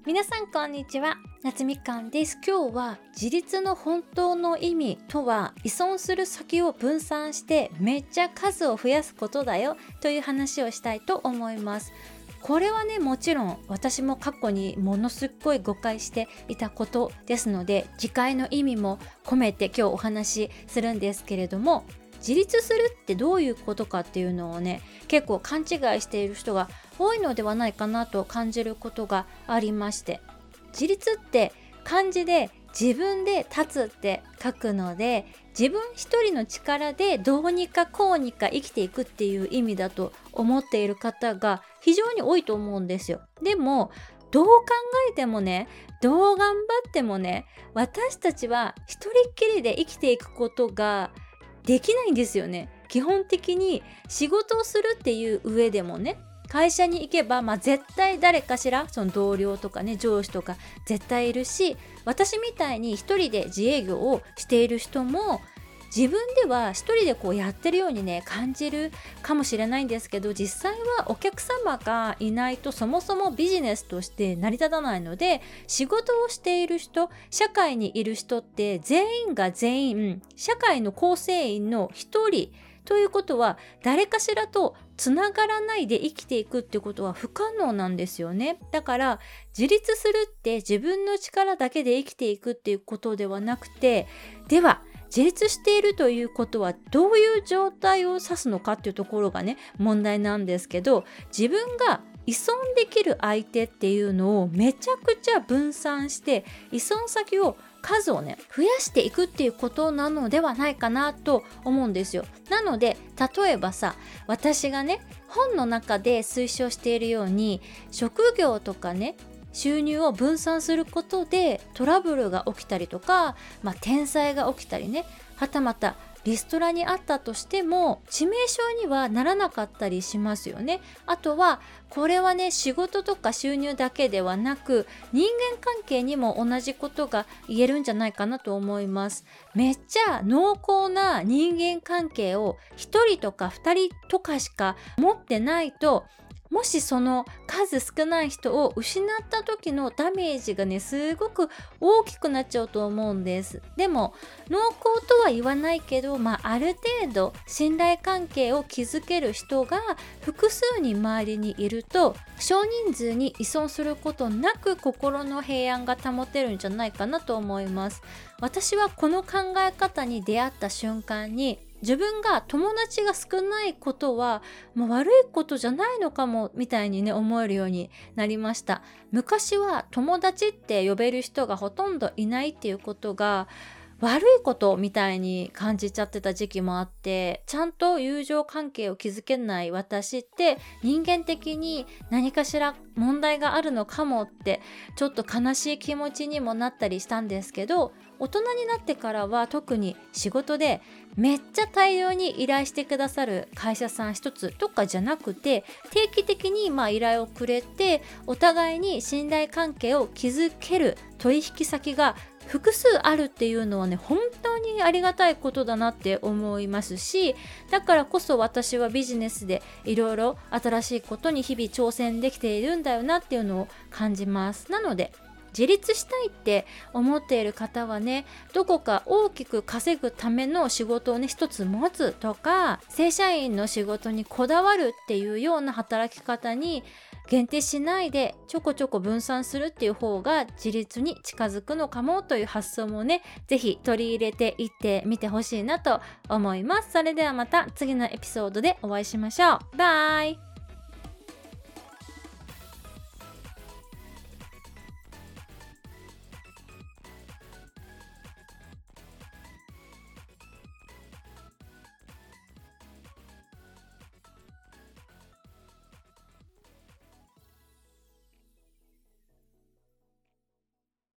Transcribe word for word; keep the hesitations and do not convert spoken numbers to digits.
皆さんこんにちは、夏みかんです。今日は自立の本当の意味とは、依存する先を分散してめっちゃ数を増やすことだよという話をしたいと思います。これはね、もちろん私も過去にものすっごい誤解していたことですので、次回の意味も込めて今日お話しするんですけれども、自立するってどういうことかっていうのをね、結構勘違いしている人が多いのではないかなと感じることがありまして、自立って漢字で自分で立つって書くので、自分一人の力でどうにかこうにか生きていくっていう意味だと思っている方が非常に多いと思うんですよ。でもどう考えてもね、どう頑張ってもね、私たちは一人っきりで生きていくことができないんですよね。基本的に仕事をするっていう上でもね、会社に行けば、まあ、絶対誰かしら、その同僚とかね、上司とか絶対いるし、私みたいに一人で自営業をしている人も自分では一人でこうやってるようにね感じるかもしれないんですけど、実際はお客様がいないとそもそもビジネスとして成り立たないので、仕事をしている人、社会にいる人って全員が全員社会の構成員の一人ということは、誰かしらとつながらないで生きていくってことは不可能なんですよね。だから自立するって自分の力だけで生きていくっていうことではなくて、では自立しているということはどういう状態を指すのかっていうところがね問題なんですけど、自分が依存できる相手っていうのをめちゃくちゃ分散して依存先を数をね増やしていくっていうことなのではないかなと思うんですよ。なので例えばさ、私がね本の中で推奨しているように、職業とかね収入を分散することでトラブルが起きたりとか、まあ、天災が起きたりね、はたまたリストラにあったとしても致命傷にはならなかったりしますよね。あとはこれはね、仕事とか収入だけではなく人間関係にも同じことが言えるんじゃないかなと思います。めっちゃ濃厚な人間関係をひとりとかふたりとかしか持ってないと、もしその数少ない人を失った時のダメージがねすごく大きくなっちゃうと思うんです。でも濃厚とは言わないけど、まあ、ある程度信頼関係を築ける人が複数人周りにいると、少人数に依存することなく心の平安が保てるんじゃないかなと思います。私はこの考え方に出会った瞬間に、自分が友達が少ないことは、まあ、悪いことじゃないのかもみたいにね思えるようになりました。昔は友達って呼べる人がほとんどいないっていうことが悪いことみたいに感じちゃってた時期もあって、ちゃんと友情関係を築けない私って人間的に何かしら問題があるのかもってちょっと悲しい気持ちにもなったりしたんですけど、大人になってからは特に仕事でめっちゃ大量に依頼してくださる会社さん一つとかじゃなくて、定期的にまあ依頼をくれてお互いに信頼関係を築ける取引先が複数あるっていうのはね、本当にありがたいことだなって思いますし、だからこそ私はビジネスでいろいろ新しいことに日々挑戦できているんだよなっていうのを感じます。なので自立したいって思っている方はね、どこか大きく稼ぐための仕事をね一つ持つとか、正社員の仕事にこだわるっていうような働き方に限定しないで、ちょこちょこ分散するっていう方が自立に近づくのかもという発想もね、ぜひ取り入れていってみてほしいなと思います。それではまた次のエピソードでお会いしましょう。バイ。